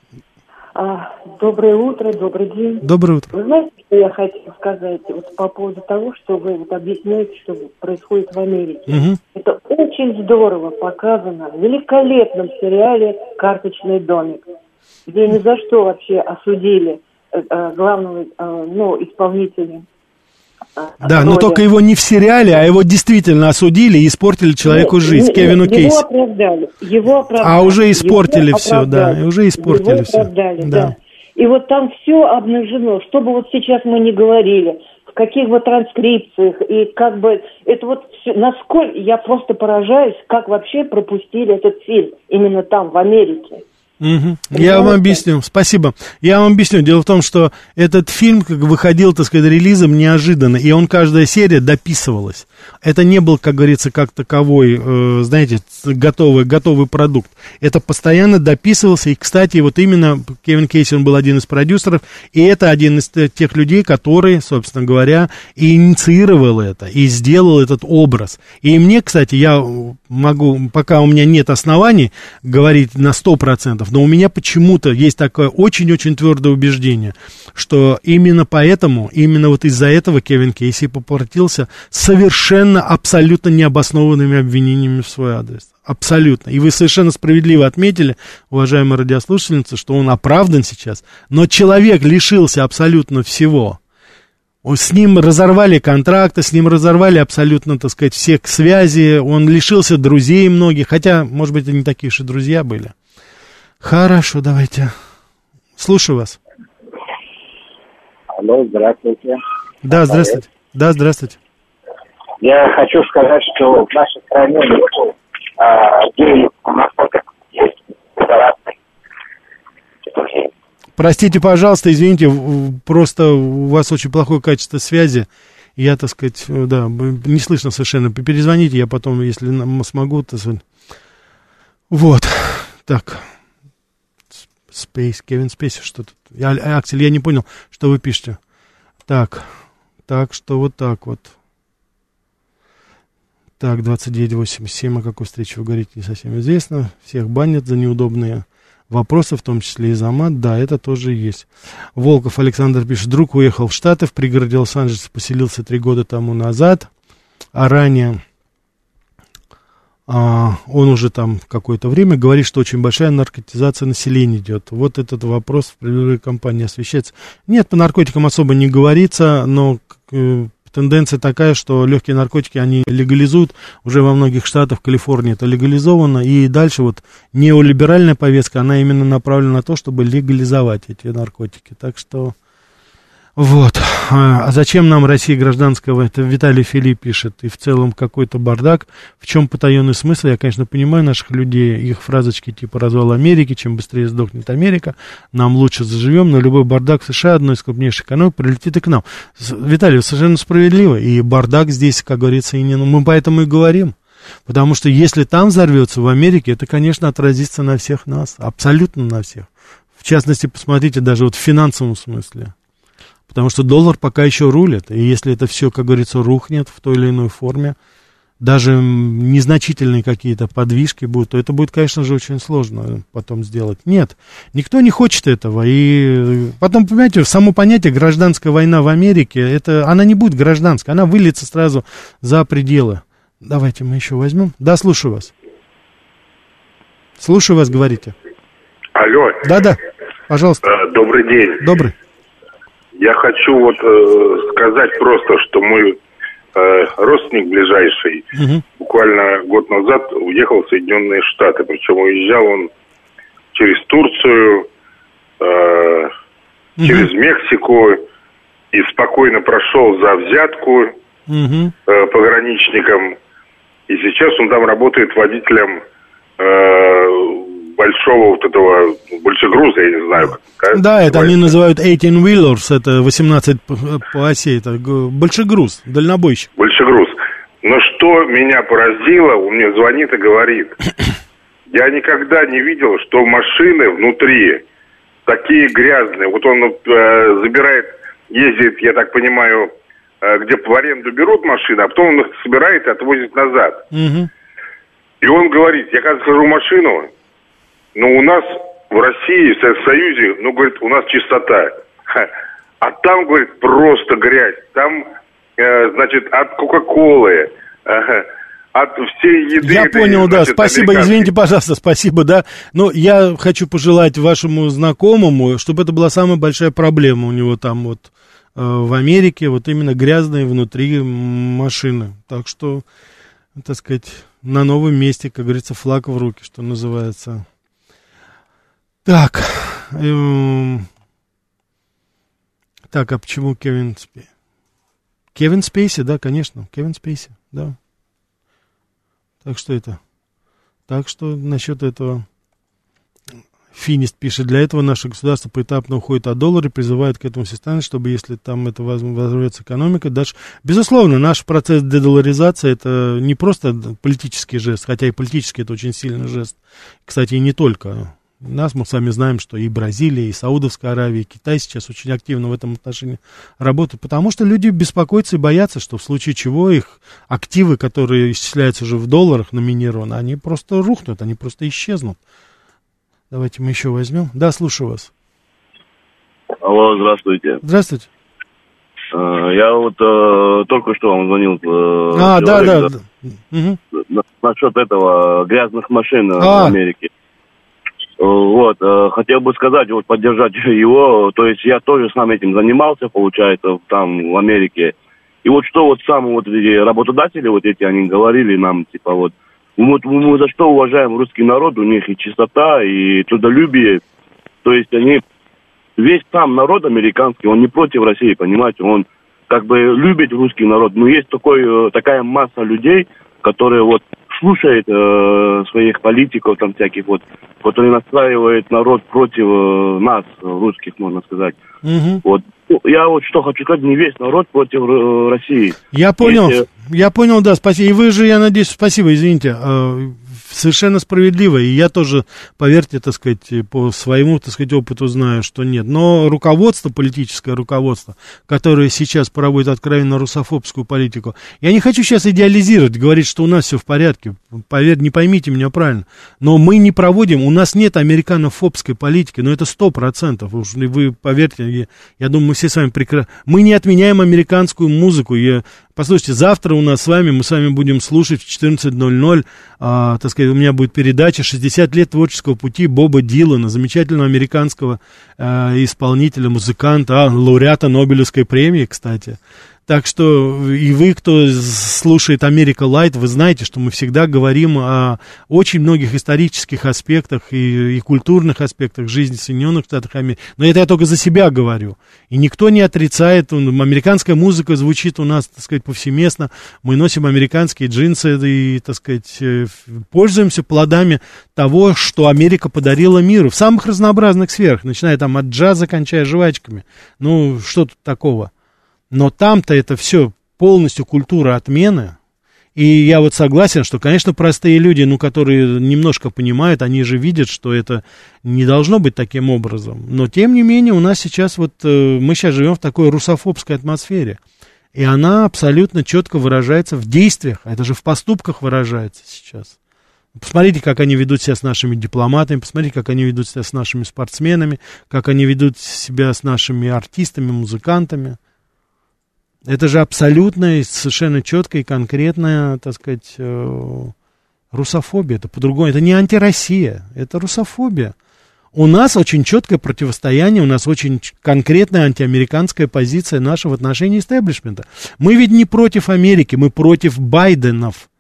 А, доброе утро, добрый день. Доброе утро. Вы знаете, что я хотела сказать вот по поводу того, что вы вот объясняете, что происходит в Америке? Угу. Это очень здорово показано в великолепном сериале «Карточный домик», где ни за что вообще осудили э, главного, э, ну, исполнителя. Да, но только его не в сериале, а его действительно осудили и испортили человеку нет, жизнь, нет, Кевину его Кейси. Оправдали, его оправдали. А уже испортили его все, да, и уже испортили его все. Оправдали, да. да. И вот там все обнажено, что бы вот сейчас мы ни говорили, в каких бы транскрипциях, и как бы, это вот, все, насколько, я просто поражаюсь, как вообще пропустили этот фильм именно там, в Америке. Угу. Я вам объясню, спасибо. Я вам объясню. Дело в том, что этот фильм как выходил, так сказать, релизом неожиданно, и он, каждая серия дописывалась. Это не был, как говорится, как таковой, э, знаете, готовый, готовый продукт. Это постоянно дописывался, и, кстати, вот именно Кевин Кейси, он был один из продюсеров, и это один из тех людей, который, собственно говоря, и инициировал это, и сделал этот образ. И мне, кстати, я могу, пока у меня нет оснований говорить на сто процентов, но у меня почему-то есть такое очень-очень твердое убеждение, что именно поэтому, именно вот из-за этого Кевин Кейси поплатился совершенно, абсолютно необоснованными обвинениями в свой адрес. Абсолютно. И вы совершенно справедливо отметили, уважаемая радиослушательница, что он оправдан сейчас, но человек лишился абсолютно всего. С ним разорвали контракты, с ним разорвали абсолютно, так сказать, все связи, он лишился друзей многих, хотя, может быть, они не такие уж и друзья были. Хорошо, давайте. Слушаю вас. Алло, здравствуйте. Да, здравствуйте. Да, здравствуйте. Я хочу сказать, что в нашей стране а, геев насколько есть разные. Простите, пожалуйста, извините, просто у вас очень плохое качество связи. Я, так сказать, да, не слышно совершенно. Перезвоните, я потом, если смогу, то... Вот, так... Спейс, Кевин Спейси, что тут? Я, Аксель, я не понял, что вы пишете. Так, так, что вот так вот. Так, двадцать девять восемьдесят семь, о какой встрече вы говорите, не совсем известно. Всех банят за неудобные вопросы, в том числе и за мат, да, это тоже есть. Волков Александр пишет, друг уехал в Штаты, в пригороде Лос-Анджелеса, поселился три года тому назад, а ранее а, он уже там какое-то время говорит, что очень большая наркотизация населения идет. Вот этот вопрос в предвыборной кампании освещается. Нет, по наркотикам особо не говорится, но э, тенденция такая, что легкие наркотики, они легализуют, уже во многих штатах, в Калифорнии это легализовано, и дальше вот неолиберальная повестка, она именно направлена на то, чтобы легализовать эти наркотики, так что вот. А зачем нам Россия гражданского, это Виталий Филипп пишет, и в целом какой-то бардак, в чем потаенный смысл, я, конечно, понимаю наших людей, их фразочки типа развал Америки, чем быстрее сдохнет Америка, нам лучше заживем, но любой бардак в США, одной из крупнейших экономик, прилетит и к нам. Виталий, совершенно справедливо, и бардак здесь, как говорится, и не, ну, мы поэтому и говорим, потому что если там взорвется в Америке, это, конечно, отразится на всех нас, абсолютно на всех, в частности, посмотрите, даже вот в финансовом смысле. Потому что доллар пока еще рулит, и если это все, как говорится, рухнет в той или иной форме, даже незначительные какие-то подвижки будут, то это будет, конечно же, очень сложно потом сделать. Нет, никто не хочет этого, и потом, понимаете, само понятие гражданская война в Америке, это, она не будет гражданской, она выльется сразу за пределы. Давайте мы еще возьмем. Да, слушаю вас. Слушаю вас, говорите. Алло. Да-да, пожалуйста. Добрый день. Добрый. Я хочу вот э, сказать просто, что мой э, родственник ближайший угу. буквально год назад уехал в Соединенные Штаты. Причем уезжал он через Турцию, э, угу. через Мексику и спокойно прошел за взятку угу. э, пограничникам. И сейчас он там работает водителем э, большого вот этого большегруза, я не знаю. Как, да, это они называют eighteen-wheelers, это восемнадцать по оси, это большегруз, дальнобойщик. Большегруз. Но что меня поразило, он мне звонит и говорит, я никогда не видел, что машины внутри такие грязные. Вот он э, забирает, ездит, я так понимаю, э, где в аренду берут машины, а потом он их собирает и отвозит назад. Угу. И он говорит, я когда схожу в машину, но у нас в России, в Советском Союзе, ну, говорит, у нас чистота. А там, говорит, просто грязь. Там, э, значит, от Кока-Колы, э, от всей еды. Я этой, понял, значит, да, спасибо, американской. Извините, пожалуйста, спасибо, да. Но я хочу пожелать вашему знакомому, чтобы это была самая большая проблема у него там вот э, в Америке, вот именно грязные внутри машины. Так что, так сказать, на новом месте, как говорится, флаг в руки, что называется. Так, эм, так, а почему Кевин Спейси? Кевин Спейси, да, конечно, Кевин Спейси, да. Так что это, так что насчет этого, Финист пишет, для этого наше государство поэтапно уходит от доллара и призывает к этому состоянию, чтобы если там это возродится экономика, дальше, безусловно, наш процесс дедолларизации это не просто политический жест, хотя и политический это очень сильный жест, кстати, и не только. Нас, мы с вами знаем, что и Бразилия, и Саудовская Аравия, и Китай сейчас очень активно в этом отношении работают, потому что люди беспокоятся и боятся, что в случае чего их активы, которые исчисляются уже в долларах, номинированы, они просто рухнут, они просто исчезнут. Давайте мы еще возьмем. Да, слушаю вас. Алло, здравствуйте. Здравствуйте. Я вот э, только что вам звонил. Э, а, да, да. да. Угу. Насчет этого грязных машин а. в Америке. Вот, э, хотел бы сказать, вот поддержать его, то есть я тоже сам этим занимался, получается, там в Америке. И вот что вот сам вот эти работодатели, вот эти, они говорили нам, типа вот, вот мы за что уважаем русский народ, у них и чистота, и трудолюбие, то есть они, весь сам народ американский, он не против России, понимаете, он как бы любит русский народ, но есть такой, такая масса людей, которые вот слушает э, своих политиков там всяких вот, которые настраивают народ против э, нас, русских, можно сказать. Угу. Вот. Я вот что хочу сказать, не весь народ против э, России. Я понял, Если... я понял, да, спасибо. И вы же, я надеюсь, спасибо, извините, э, совершенно справедливо, и я тоже, поверьте, так сказать, по своему, так сказать, опыту знаю, что нет. Но руководство, политическое руководство, которое сейчас проводит откровенно русофобскую политику, я не хочу сейчас идеализировать, говорить, что у нас все в порядке, поверь, не поймите меня правильно, но мы не проводим, у нас нет американофобской политики, но это сто процентов, уж вы поверьте, я, я думаю, мы все с вами прекрасно, мы не отменяем американскую музыку, я... Послушайте, завтра у нас с вами, мы с вами будем слушать в четырнадцать ноль ноль, а, так сказать, у меня будет передача «шестьдесят лет творческого пути» Боба Дилана, замечательного американского а, исполнителя, музыканта, а, лауреата Нобелевской премии, кстати. Так что и вы, кто слушает Америка Лайт, вы знаете, что мы всегда говорим о очень многих исторических аспектах и, и культурных аспектах жизни Соединенных Штатов Америки. Но это я только за себя говорю. И никто не отрицает, американская музыка звучит у нас, так сказать, повсеместно. Мы носим американские джинсы и, так сказать, пользуемся плодами того, что Америка подарила миру в самых разнообразных сферах, начиная там от джаза, кончая жвачками. Ну, что тут такого? Но там-то это все полностью культура отмены. И я вот согласен, что, конечно, простые люди, ну, которые немножко понимают, они же видят, что это не должно быть таким образом. Но, тем не менее, у нас сейчас вот, э, мы сейчас живем в такой русофобской атмосфере. И она абсолютно четко выражается в действиях, а это же в поступках выражается сейчас. Посмотрите, как они ведут себя с нашими дипломатами, посмотрите, как они ведут себя с нашими спортсменами, как они ведут себя с нашими артистами, музыкантами. Это же абсолютно, совершенно четкая и конкретная, так сказать, э, русофобия. Это по-другому. Это не антироссия, это русофобия. У нас очень четкое противостояние, у нас очень конкретная антиамериканская позиция наша в отношении истеблишмента. Мы ведь не против Америки, мы против Байденов,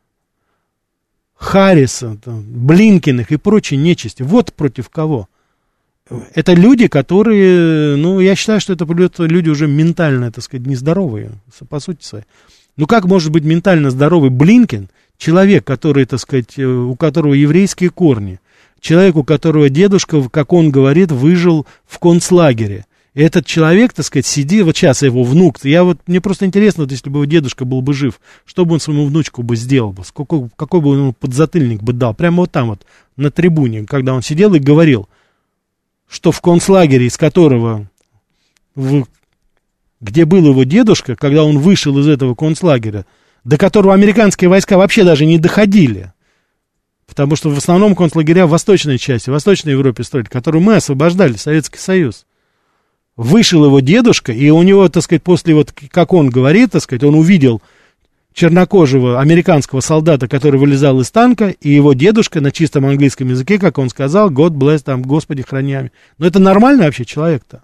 Харриса, там, Блинкиных и прочей нечисти. Вот против кого. Это люди, которые, ну, я считаю, что это люди уже ментально, так сказать, нездоровые, по сути своей. Ну, как может быть ментально здоровый Блинкин, человек, который, так сказать, у которого еврейские корни, человек, у которого дедушка, как он говорит, выжил в концлагере. И этот человек, так сказать, сидит, вот сейчас его внук, я вот, мне просто интересно, вот если бы его дедушка был бы жив, что бы он своему внучку бы сделал бы, сколько, какой бы он ему подзатыльник бы дал, прямо вот там вот, на трибуне, когда он сидел и говорил, что в концлагере, из которого, в, где был его дедушка, когда он вышел из этого концлагеря, до которого американские войска вообще даже не доходили, потому что в основном концлагеря в восточной части, в Восточной Европе строили, которую мы освобождали, Советский Союз. Вышел его дедушка, и у него, так сказать, после, вот, как он говорит, так сказать, он увидел чернокожего американского солдата, который вылезал из танка, и его дедушка на чистом английском языке, как он сказал, God bless, там, Господи, храни. Но это нормальный вообще человек-то?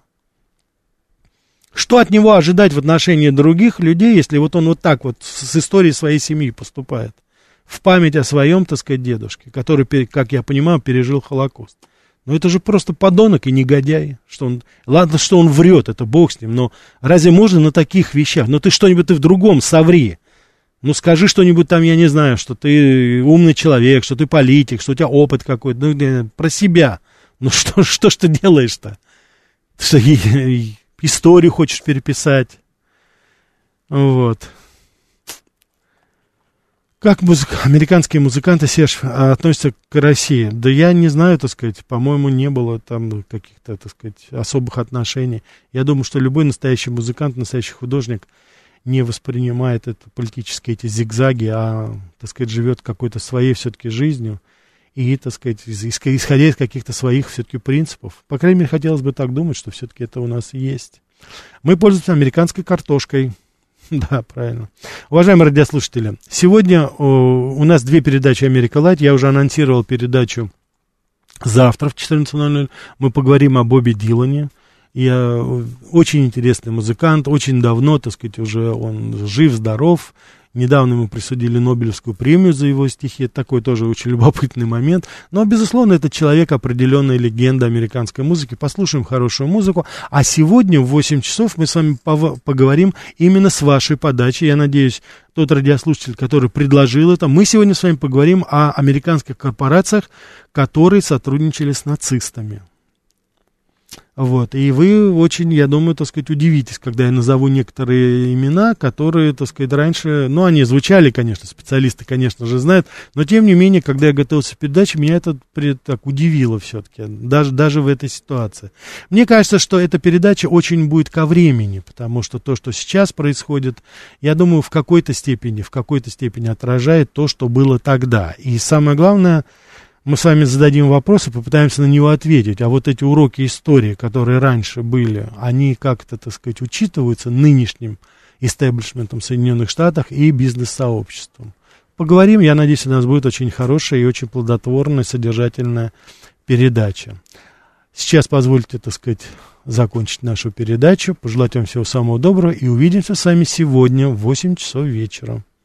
Что от него ожидать в отношении других людей, если вот он вот так вот с историей своей семьи поступает? В память о своем, так сказать, дедушке, который, как я понимаю, пережил Холокост. Ну это же просто подонок и негодяй. Что он, ладно, что он врет, это бог с ним, но разве можно на таких вещах? Ну ты что-нибудь ты в другом соври. Ну, скажи что-нибудь там, я не знаю, что ты умный человек, что ты политик, что у тебя опыт какой-то, ну, про себя. Ну, что, что ж ты делаешь-то? Ты что, и, и, историю хочешь переписать? Вот. Как музык... американские музыканты, Серж, относятся к России? Да я не знаю, так сказать, по-моему, не было там каких-то, так сказать, особых отношений. Я думаю, что любой настоящий музыкант, настоящий художник не воспринимает это, политические эти зигзаги, а, так сказать, живет какой-то своей все-таки жизнью и, так сказать, исходя из каких-то своих все-таки принципов. По крайней мере, хотелось бы так думать, что все-таки это у нас есть. Мы пользуемся американской картошкой. Да, правильно. Уважаемые радиослушатели, сегодня о, у нас две передачи «Америка Лайт». Я уже анонсировал передачу завтра в четырнадцать ноль ноль. Мы поговорим о Бобе Дилане. Я очень интересный музыкант, очень давно, так сказать, уже он жив, здоров. Недавно ему присудили Нобелевскую премию за его стихи. Это такой тоже очень любопытный момент. Но, безусловно, это человек, определенная легенда американской музыки. Послушаем хорошую музыку. А сегодня в восемь часов мы с вами поговорим именно с вашей подачи. Я надеюсь, тот радиослушатель, который предложил это. Мы сегодня с вами поговорим о американских корпорациях, которые сотрудничали с нацистами. Вот, и вы очень, я думаю, так сказать, удивитесь, когда я назову некоторые имена, которые, так сказать, раньше, ну, они звучали, конечно, специалисты, конечно же, знают, но, тем не менее, когда я готовился к передаче, меня это так удивило все-таки, даже, даже в этой ситуации. Мне кажется, что эта передача очень будет ко времени, потому что то, что сейчас происходит, я думаю, в какой-то степени, в какой-то степени отражает то, что было тогда. И самое главное, мы с вами зададим вопрос и попытаемся на него ответить. А вот эти уроки истории, которые раньше были, они как-то, так сказать, учитываются нынешним истеблишментом Соединенных Штатов и бизнес-сообществом. Поговорим, я надеюсь, у нас будет очень хорошая и очень плодотворная, содержательная передача. Сейчас позвольте, так сказать, закончить нашу передачу, пожелать вам всего самого доброго и увидимся с вами сегодня в восемь часов вечера.